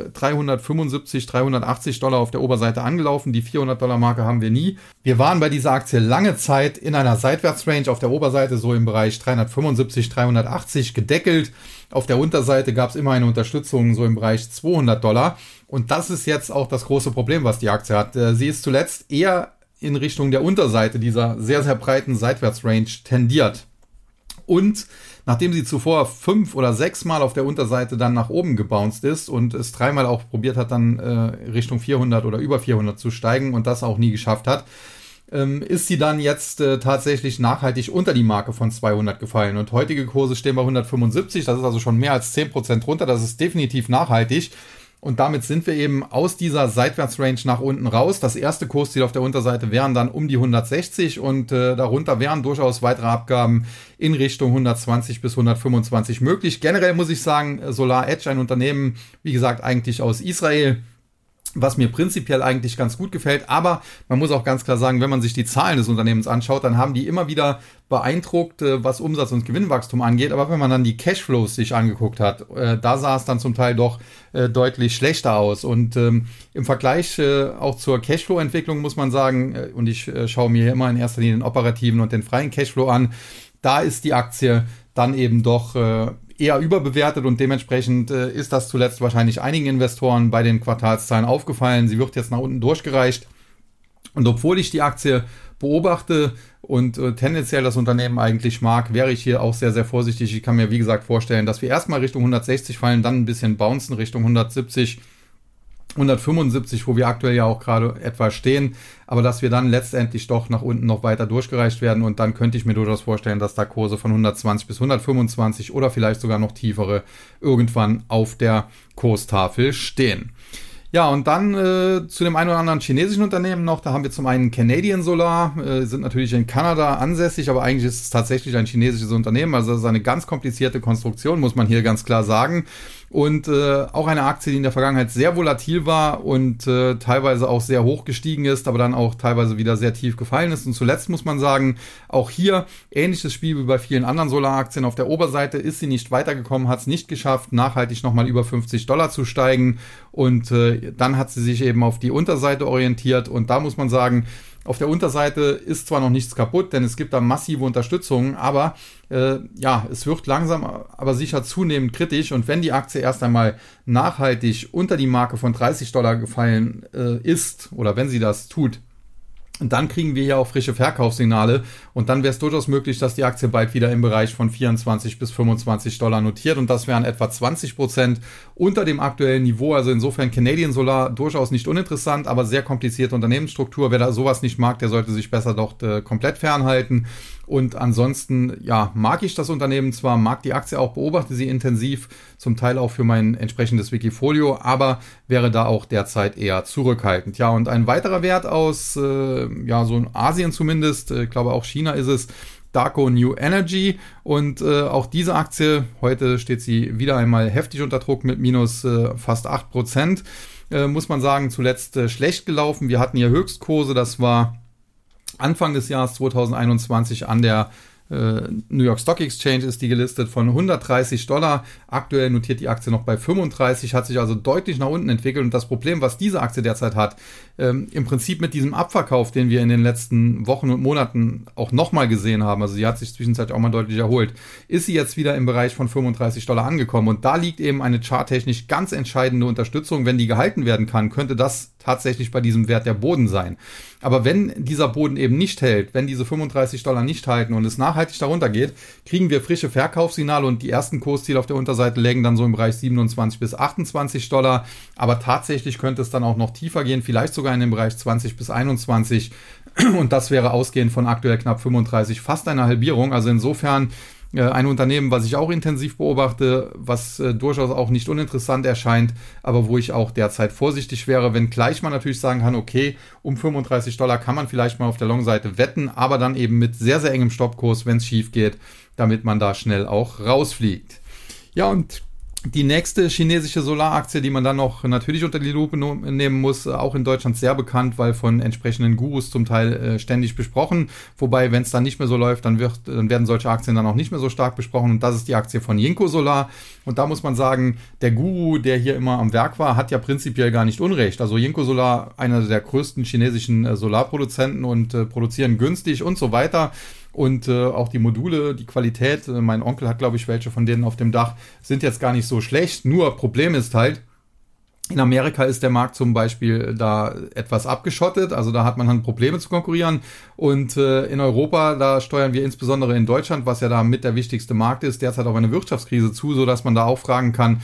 $375, $380 auf der Oberseite angelaufen. Die $400-Marke haben wir nie. Wir waren bei dieser Aktie lange Zeit in einer Seitwärtsrange auf der Oberseite, so im Bereich 375, 380 gedeckelt. Auf der Unterseite gab es immer eine Unterstützung, so im Bereich $200. Und das ist jetzt auch das große Problem, was die Aktie hat. Sie ist zuletzt eher in Richtung der Unterseite dieser sehr, sehr breiten Seitwärtsrange tendiert. Und nachdem sie zuvor 5 oder 6 Mal auf der Unterseite dann nach oben gebounced ist und es 3-mal auch probiert hat, dann Richtung 400 oder über 400 zu steigen und das auch nie geschafft hat, ist sie dann jetzt tatsächlich nachhaltig unter die Marke von 200 gefallen. Und heutige Kurse stehen bei 175, das ist also schon mehr als 10% runter, das ist definitiv nachhaltig. Und damit sind wir eben aus dieser Seitwärtsrange nach unten raus. Das erste Kursziel auf der Unterseite wären dann um die 160 und darunter wären durchaus weitere Abgaben in Richtung 120 bis 125 möglich. Generell muss ich sagen, Solar Edge, ein Unternehmen, wie gesagt, eigentlich aus Israel, was mir prinzipiell eigentlich ganz gut gefällt, aber man muss auch ganz klar sagen, wenn man sich die Zahlen des Unternehmens anschaut, dann haben die immer wieder beeindruckt, was Umsatz- und Gewinnwachstum angeht, aber wenn man dann die Cashflows sich angeguckt hat, da sah es dann zum Teil doch deutlich schlechter aus und im Vergleich auch zur Cashflow-Entwicklung muss man sagen, und ich schaue mir immer in erster Linie den operativen und den freien Cashflow an, da ist die Aktie dann eben doch eher überbewertet und dementsprechend ist das zuletzt wahrscheinlich einigen Investoren bei den Quartalszahlen aufgefallen. Sie wird jetzt nach unten durchgereicht und obwohl ich die Aktie beobachte und tendenziell das Unternehmen eigentlich mag, wäre ich hier auch sehr, sehr vorsichtig. Ich kann mir wie gesagt vorstellen, dass wir erstmal Richtung 160 fallen, dann ein bisschen bouncen Richtung 170, 175, wo wir aktuell ja auch gerade etwa stehen, aber dass wir dann letztendlich doch nach unten noch weiter durchgereicht werden und dann könnte ich mir durchaus vorstellen, dass da Kurse von 120 bis 125 oder vielleicht sogar noch tiefere irgendwann auf der Kurstafel stehen. Ja, und dann zu dem einen oder anderen chinesischen Unternehmen noch. Da haben wir zum einen Canadian Solar, sind natürlich in Kanada ansässig, aber eigentlich ist es tatsächlich ein chinesisches Unternehmen. Also das ist eine ganz komplizierte Konstruktion, muss man hier ganz klar sagen. Und auch eine Aktie, die in der Vergangenheit sehr volatil war und teilweise auch sehr hoch gestiegen ist, aber dann auch teilweise wieder sehr tief gefallen ist. Und zuletzt muss man sagen, auch hier ähnliches Spiel wie bei vielen anderen Solaraktien. Auf der Oberseite ist sie nicht weitergekommen, hat es nicht geschafft, nachhaltig nochmal über $50 zu steigen. Und dann hat sie sich eben auf die Unterseite orientiert. Und da muss man sagen, auf der Unterseite ist zwar noch nichts kaputt, denn es gibt da massive Unterstützung, aber es wird langsam, aber sicher zunehmend kritisch. Und wenn die Aktie erst einmal nachhaltig unter die Marke von $30 gefallen ist, oder wenn sie das tut, dann kriegen wir hier auch frische Verkaufssignale und dann wäre es durchaus möglich, dass die Aktie bald wieder im Bereich von $24 bis $25 notiert und das wären etwa 20% unter dem aktuellen Niveau. Also insofern Canadian Solar durchaus nicht uninteressant, aber sehr komplizierte Unternehmensstruktur. Wer da sowas nicht mag, der sollte sich besser doch komplett fernhalten. Und ansonsten, mag ich das Unternehmen zwar, mag die Aktie auch, beobachte sie intensiv, zum Teil auch für mein entsprechendes Wikifolio, aber wäre da auch derzeit eher zurückhaltend. Ja, und ein weiterer Wert aus, so in Asien zumindest, ich glaube auch China ist es, Darko New Energy und auch diese Aktie, heute steht sie wieder einmal heftig unter Druck mit minus fast 8%, muss man sagen, zuletzt schlecht gelaufen. Wir hatten hier Höchstkurse, das war Anfang des Jahres 2021 an der New York Stock Exchange ist die gelistet von $130. Aktuell notiert die Aktie noch bei 35, hat sich also deutlich nach unten entwickelt. Und das Problem, was diese Aktie derzeit hat, im Prinzip mit diesem Abverkauf, den wir in den letzten Wochen und Monaten auch nochmal gesehen haben, also sie hat sich zwischenzeitlich auch mal deutlich erholt, ist sie jetzt wieder im Bereich von $35 angekommen. Und da liegt eben eine charttechnisch ganz entscheidende Unterstützung. Wenn die gehalten werden kann, könnte das tatsächlich bei diesem Wert der Boden sein. Aber wenn dieser Boden eben nicht hält, wenn diese $35 nicht halten und es nachhaltig darunter geht, kriegen wir frische Verkaufssignale und die ersten Kursziele auf der Unterseite lägen dann so im Bereich $27 bis $28. Aber tatsächlich könnte es dann auch noch tiefer gehen, vielleicht sogar in den Bereich 20 bis 21. Und das wäre ausgehend von aktuell knapp 35 fast eine Halbierung. Also insofern ein Unternehmen, was ich auch intensiv beobachte, was durchaus auch nicht uninteressant erscheint, aber wo ich auch derzeit vorsichtig wäre, wenngleich man natürlich sagen kann, okay, um $35 kann man vielleicht mal auf der Long-Seite wetten, aber dann eben mit sehr, sehr engem Stoppkurs, wenn es schief geht, damit man da schnell auch rausfliegt. Ja, und die nächste chinesische Solaraktie, die man dann noch natürlich unter die Lupe nehmen muss, auch in Deutschland sehr bekannt, weil von entsprechenden Gurus zum Teil ständig besprochen. Wobei, wenn es dann nicht mehr so läuft, dann werden solche Aktien dann auch nicht mehr so stark besprochen. Und das ist die Aktie von Jinko Solar. Und da muss man sagen, der Guru, der hier immer am Werk war, hat ja prinzipiell gar nicht Unrecht. Also Jinko Solar, einer der größten chinesischen Solarproduzenten und produzieren günstig und so weiter. Und auch die Module, die Qualität, mein Onkel hat, glaube ich, welche von denen auf dem Dach, sind jetzt gar nicht so schlecht. Nur Problem ist halt, in Amerika ist der Markt zum Beispiel da etwas abgeschottet, also da hat man dann Probleme zu konkurrieren. Und in Europa, da steuern wir insbesondere in Deutschland, was ja da mit der wichtigste Markt ist, derzeit auf eine Wirtschaftskrise zu, sodass man da auch fragen kann,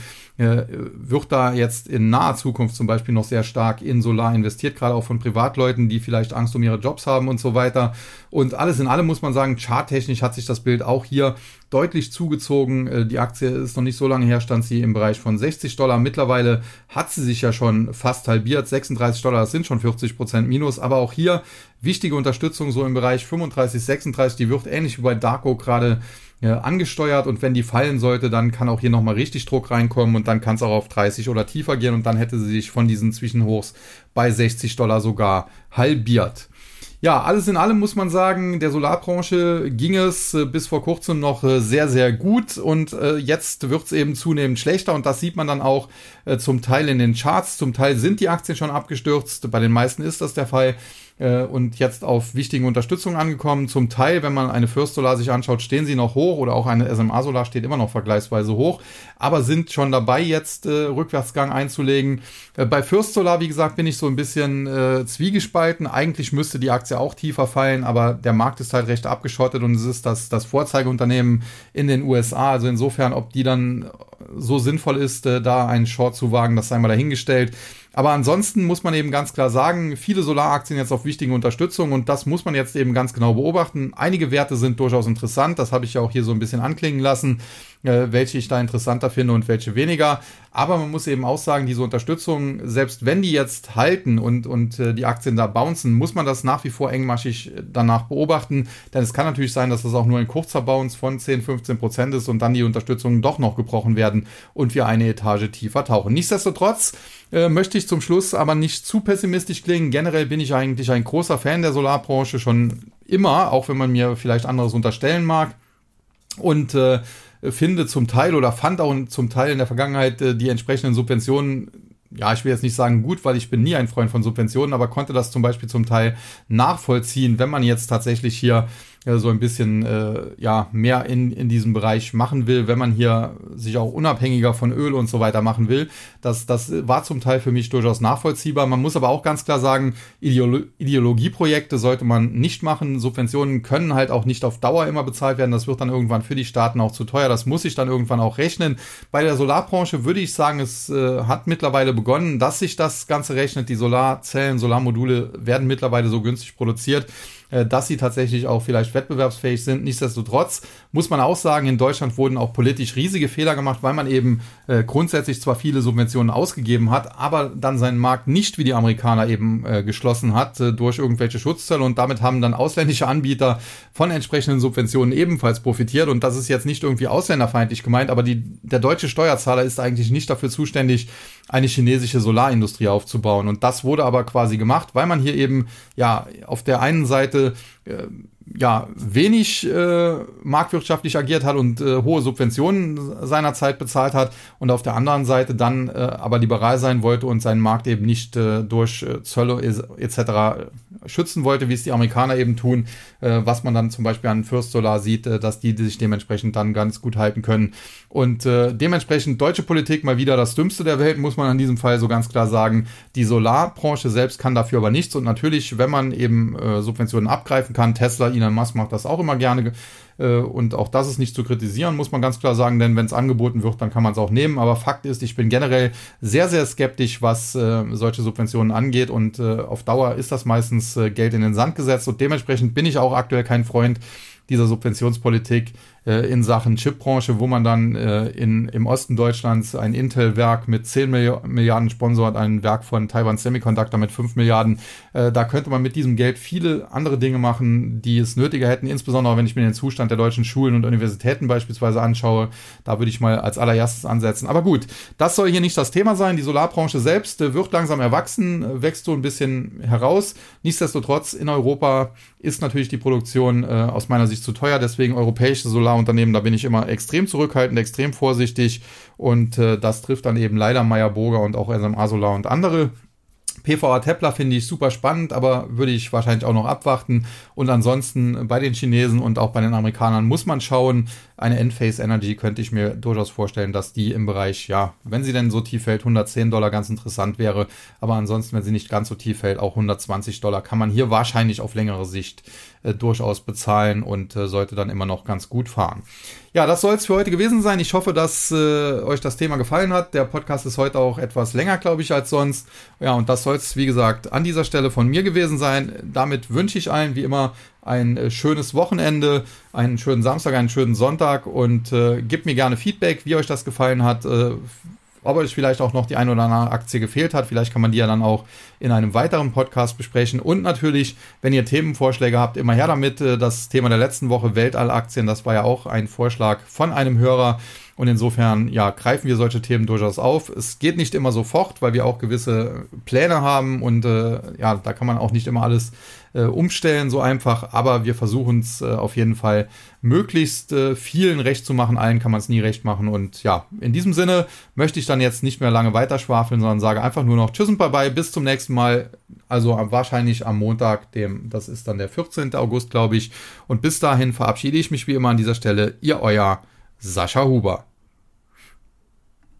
wird da jetzt in naher Zukunft zum Beispiel noch sehr stark in Solar investiert, gerade auch von Privatleuten, die vielleicht Angst um ihre Jobs haben und so weiter. Und alles in allem muss man sagen, charttechnisch hat sich das Bild auch hier deutlich zugezogen. Die Aktie ist noch nicht so lange her, stand sie im Bereich von $60. Mittlerweile hat sie sich ja schon fast halbiert. $36, das sind schon 40% Minus. Aber auch hier wichtige Unterstützung so im Bereich 35, 36. Die wird ähnlich wie bei Darko gerade angesteuert und wenn die fallen sollte, dann kann auch hier nochmal richtig Druck reinkommen und dann kann es auch auf 30 oder tiefer gehen und dann hätte sie sich von diesen Zwischenhochs bei $60 sogar halbiert. Ja, alles in allem muss man sagen, der Solarbranche ging es bis vor kurzem noch sehr, sehr gut und jetzt wird es eben zunehmend schlechter und das sieht man dann auch zum Teil in den Charts, zum Teil sind die Aktien schon abgestürzt, bei den meisten ist das der Fall und jetzt auf wichtigen Unterstützungen angekommen. Zum Teil, wenn man eine First Solar sich anschaut, stehen sie noch hoch oder auch eine SMA Solar steht immer noch vergleichsweise hoch, aber sind schon dabei, jetzt Rückwärtsgang einzulegen. Bei First Solar, wie gesagt, bin ich so ein bisschen zwiegespalten. Eigentlich müsste die Aktie auch tiefer fallen, aber der Markt ist halt recht abgeschottet und es ist das Vorzeigeunternehmen in den USA. Also insofern, ob die dann so sinnvoll ist, da einen Short zu wagen, das sei mal dahingestellt. Aber ansonsten muss man eben ganz klar sagen, viele Solaraktien jetzt auf wichtige Unterstützung und das muss man jetzt eben ganz genau beobachten. Einige Werte sind durchaus interessant, das habe ich ja auch hier so ein bisschen anklingen lassen, welche ich da interessanter finde und welche weniger. Aber man muss eben auch sagen, diese Unterstützung, selbst wenn die jetzt halten und die Aktien da bouncen, muss man das nach wie vor engmaschig danach beobachten. Denn es kann natürlich sein, dass das auch nur ein kurzer Bounce von 10-15% ist und dann die Unterstützungen doch noch gebrochen werden und wir eine Etage tiefer tauchen. Nichtsdestotrotz möchte ich zum Schluss aber nicht zu pessimistisch klingen. Generell bin ich eigentlich ein großer Fan der Solarbranche schon immer, auch wenn man mir vielleicht anderes unterstellen mag. Und finde zum Teil oder fand auch zum Teil in der Vergangenheit die entsprechenden Subventionen, ja, ich will jetzt nicht sagen gut, weil ich bin nie ein Freund von Subventionen, aber konnte das zum Beispiel zum Teil nachvollziehen, wenn man jetzt tatsächlich hier so ein bisschen mehr in diesem Bereich machen will, wenn man hier sich auch unabhängiger von Öl und so weiter machen will. Das war zum Teil für mich durchaus nachvollziehbar. Man muss aber auch ganz klar sagen, Ideologieprojekte sollte man nicht machen. Subventionen können halt auch nicht auf Dauer immer bezahlt werden. Das wird dann irgendwann für die Staaten auch zu teuer. Das muss sich dann irgendwann auch rechnen. Bei der Solarbranche würde ich sagen, es hat mittlerweile begonnen, dass sich das Ganze rechnet. Die Solarzellen, Solarmodule werden mittlerweile so günstig produziert, dass sie tatsächlich auch vielleicht wettbewerbsfähig sind. Nichtsdestotrotz muss man auch sagen, in Deutschland wurden auch politisch riesige Fehler gemacht, weil man eben grundsätzlich zwar viele Subventionen ausgegeben hat, aber dann seinen Markt nicht wie die Amerikaner eben geschlossen hat durch irgendwelche Schutzzölle und damit haben dann ausländische Anbieter von entsprechenden Subventionen ebenfalls profitiert und das ist jetzt nicht irgendwie ausländerfeindlich gemeint, aber der deutsche Steuerzahler ist eigentlich nicht dafür zuständig, eine chinesische Solarindustrie aufzubauen und das wurde aber quasi gemacht, weil man hier eben auf der einen Seite wenig marktwirtschaftlich agiert hat und hohe Subventionen seinerzeit bezahlt hat und auf der anderen Seite dann aber liberal sein wollte und seinen Markt eben nicht durch Zölle etc. schützen wollte, wie es die Amerikaner eben tun, was man dann zum Beispiel an First Solar sieht, dass die sich dementsprechend dann ganz gut halten können. Und dementsprechend deutsche Politik mal wieder das Dümmste der Welt, muss man in diesem Fall so ganz klar sagen. Die Solarbranche selbst kann dafür aber nichts und natürlich, wenn man eben Subventionen abgreifen kann, Tesla, Elon Musk macht das auch immer gerne und auch das ist nicht zu kritisieren, muss man ganz klar sagen, denn wenn es angeboten wird, dann kann man es auch nehmen, aber Fakt ist, ich bin generell sehr, sehr skeptisch, was solche Subventionen angeht und auf Dauer ist das meistens Geld in den Sand gesetzt und dementsprechend bin ich auch aktuell kein Freund dieser Subventionspolitik in Sachen Chipbranche, wo man dann im Osten Deutschlands ein Intel-Werk mit 10 Milliarden sponsort, ein Werk von Taiwan Semiconductor mit 5 Milliarden. Da könnte man mit diesem Geld viele andere Dinge machen, die es nötiger hätten, insbesondere wenn ich mir den Zustand der deutschen Schulen und Universitäten beispielsweise anschaue. Da würde ich mal als allererstes ansetzen. Aber gut, das soll hier nicht das Thema sein. Die Solarbranche selbst wird langsam erwachsen, wächst so ein bisschen heraus. Nichtsdestotrotz in Europa ist natürlich die Produktion aus meiner Sicht zu teuer, deswegen europäische Solarunternehmen, da bin ich immer extrem zurückhaltend, extrem vorsichtig und das trifft dann eben leider Meyer Burger und auch SMA Solar und andere. PVA Templer finde ich super spannend, aber würde ich wahrscheinlich auch noch abwarten. Und ansonsten bei den Chinesen und auch bei den Amerikanern muss man schauen. Eine Enphase Energy könnte ich mir durchaus vorstellen, dass die im Bereich, wenn sie denn so tief fällt, $110 ganz interessant wäre. Aber ansonsten, wenn sie nicht ganz so tief fällt, auch $120 kann man hier wahrscheinlich auf längere Sicht durchaus bezahlen und sollte dann immer noch ganz gut fahren. Ja, das soll es für heute gewesen sein. Ich hoffe, dass euch das Thema gefallen hat. Der Podcast ist heute auch etwas länger, glaube ich, als sonst. Ja, und das soll es, wie gesagt, an dieser Stelle von mir gewesen sein. Damit wünsche ich allen, wie immer, ein schönes Wochenende, einen schönen Samstag, einen schönen Sonntag und gebt mir gerne Feedback, wie euch das gefallen hat. Ob euch vielleicht auch noch die eine oder andere Aktie gefehlt hat. Vielleicht kann man die ja dann auch in einem weiteren Podcast besprechen. Und natürlich, wenn ihr Themenvorschläge habt, immer her damit. Das Thema der letzten Woche, Weltallaktien, das war ja auch ein Vorschlag von einem Hörer. Und insofern, greifen wir solche Themen durchaus auf. Es geht nicht immer sofort, weil wir auch gewisse Pläne haben. Und da kann man auch nicht immer alles umstellen, so einfach. Aber wir versuchen es auf jeden Fall möglichst vielen recht zu machen. Allen kann man es nie recht machen. Und in diesem Sinne möchte ich dann jetzt nicht mehr lange weiterschwafeln, sondern sage einfach nur noch Tschüss und Bye-bye, bis zum nächsten Mal. Also wahrscheinlich am Montag, das ist dann der 14. August, glaube ich. Und bis dahin verabschiede ich mich wie immer an dieser Stelle. Ihr euer Sascha Huber.